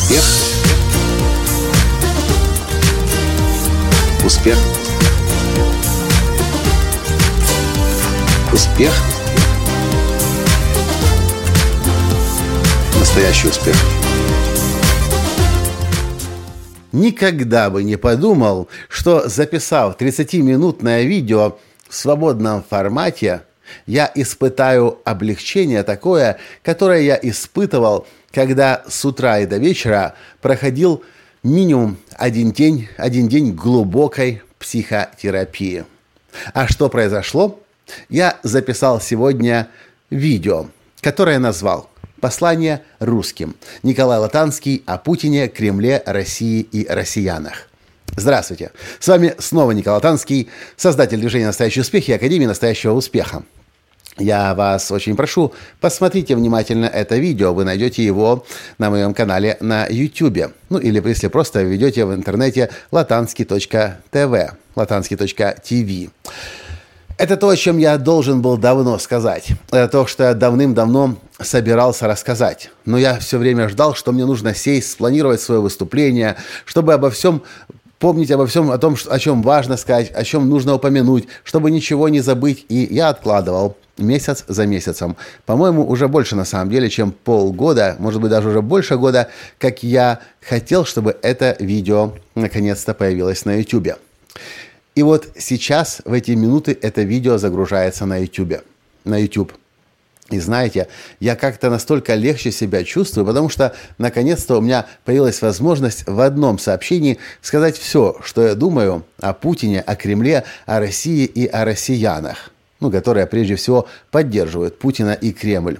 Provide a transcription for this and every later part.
Успех. Успех. Успех. Настоящий успех. Никогда бы не подумал, что, записав 30-минутное видео в свободном формате, я испытаю облегчение такое, которое я испытывал, когда с утра и до вечера проходил минимум один день глубокой психотерапии. А что произошло? Я записал сегодня видео, которое назвал «Послание русским». Николай Латанский о Путине, Кремле, России и россиянах. Здравствуйте! С вами снова Николай Латанский, создатель движения «Настоящий успех» и Академии настоящего успеха. Я вас очень прошу, посмотрите внимательно это видео. Вы найдете его на моем канале на YouTube. Ну или если просто введете в интернете latansky.tv, latansky.tv. Это то, о чем я должен был давно сказать. Это то, что я давным-давно собирался рассказать. Но я все время ждал, что мне нужно сесть, спланировать свое выступление, чтобы помнить обо всем, о том, о чем важно сказать, о чем нужно упомянуть, чтобы ничего не забыть. И я откладывал месяц за месяцем. По-моему, уже больше на самом деле, чем полгода, может быть, даже уже больше года, как я хотел, чтобы это видео наконец-то появилось на YouTube. И вот сейчас, в эти минуты, это видео загружается на YouTube. И знаете, я как-то настолько легче себя чувствую, потому что наконец-то у меня появилась возможность в одном сообщении сказать все, что я думаю о Путине, о Кремле, о России и о россиянах, которые прежде всего поддерживают Путина и Кремль.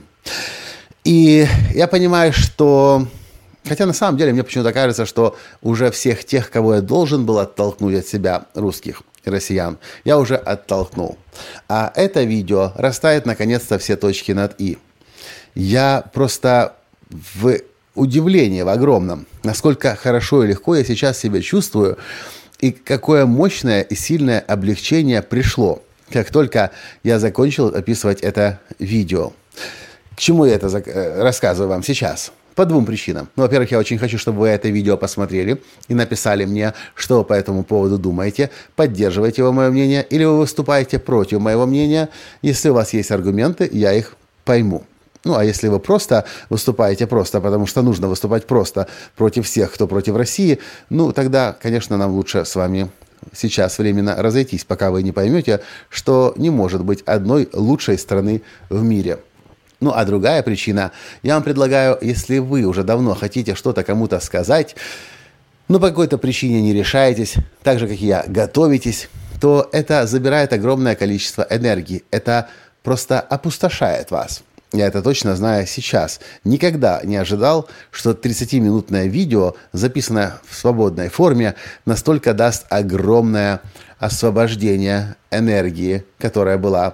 И я понимаю, что... Хотя на самом деле мне почему-то кажется, что уже всех тех, кого я должен был оттолкнуть от себя, русских и россиян, я уже оттолкнул. А это видео расставит наконец-то все точки над «и». Я просто в удивлении в огромном, насколько хорошо и легко я сейчас себя чувствую, и какое мощное и сильное облегчение пришло, как только я закончил описывать это видео. К чему я это рассказываю вам сейчас? По двум причинам. Во-первых, я очень хочу, чтобы вы это видео посмотрели и написали мне, что вы по этому поводу думаете, поддерживаете вы мое мнение или вы выступаете против моего мнения. Если у вас есть аргументы, я их пойму. А если вы просто выступаете потому что нужно выступать просто против всех, кто против России, тогда, конечно, нам лучше с вами сейчас временно разойтись, пока вы не поймете, что не может быть одной лучшей страны в мире. А другая причина, я вам предлагаю, если вы уже давно хотите что-то кому-то сказать, но по какой-то причине не решаетесь, так же, как и я, готовитесь, то это забирает огромное количество энергии. Это просто опустошает вас. Я это точно знаю сейчас. Никогда не ожидал, что 30-минутное видео, записанное в свободной форме, настолько даст огромное освобождение энергии, которая была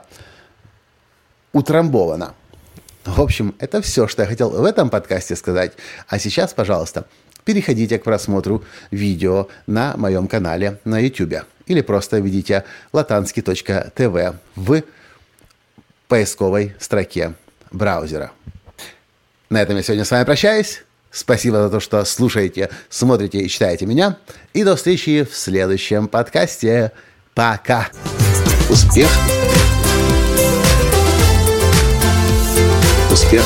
утрамбована. В общем, это все, что я хотел в этом подкасте сказать. А сейчас, пожалуйста, переходите к просмотру видео на моем канале на YouTube. Или просто введите latansky.tv в поисковой строке браузера. На этом я сегодня с вами прощаюсь. Спасибо за то, что слушаете, смотрите и читаете меня. И до встречи в следующем подкасте. Пока! Успех! Успех.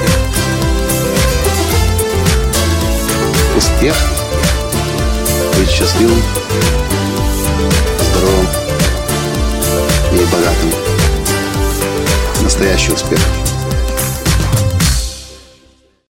Успех. Быть счастливым, здоровым и богатым. Настоящий успех.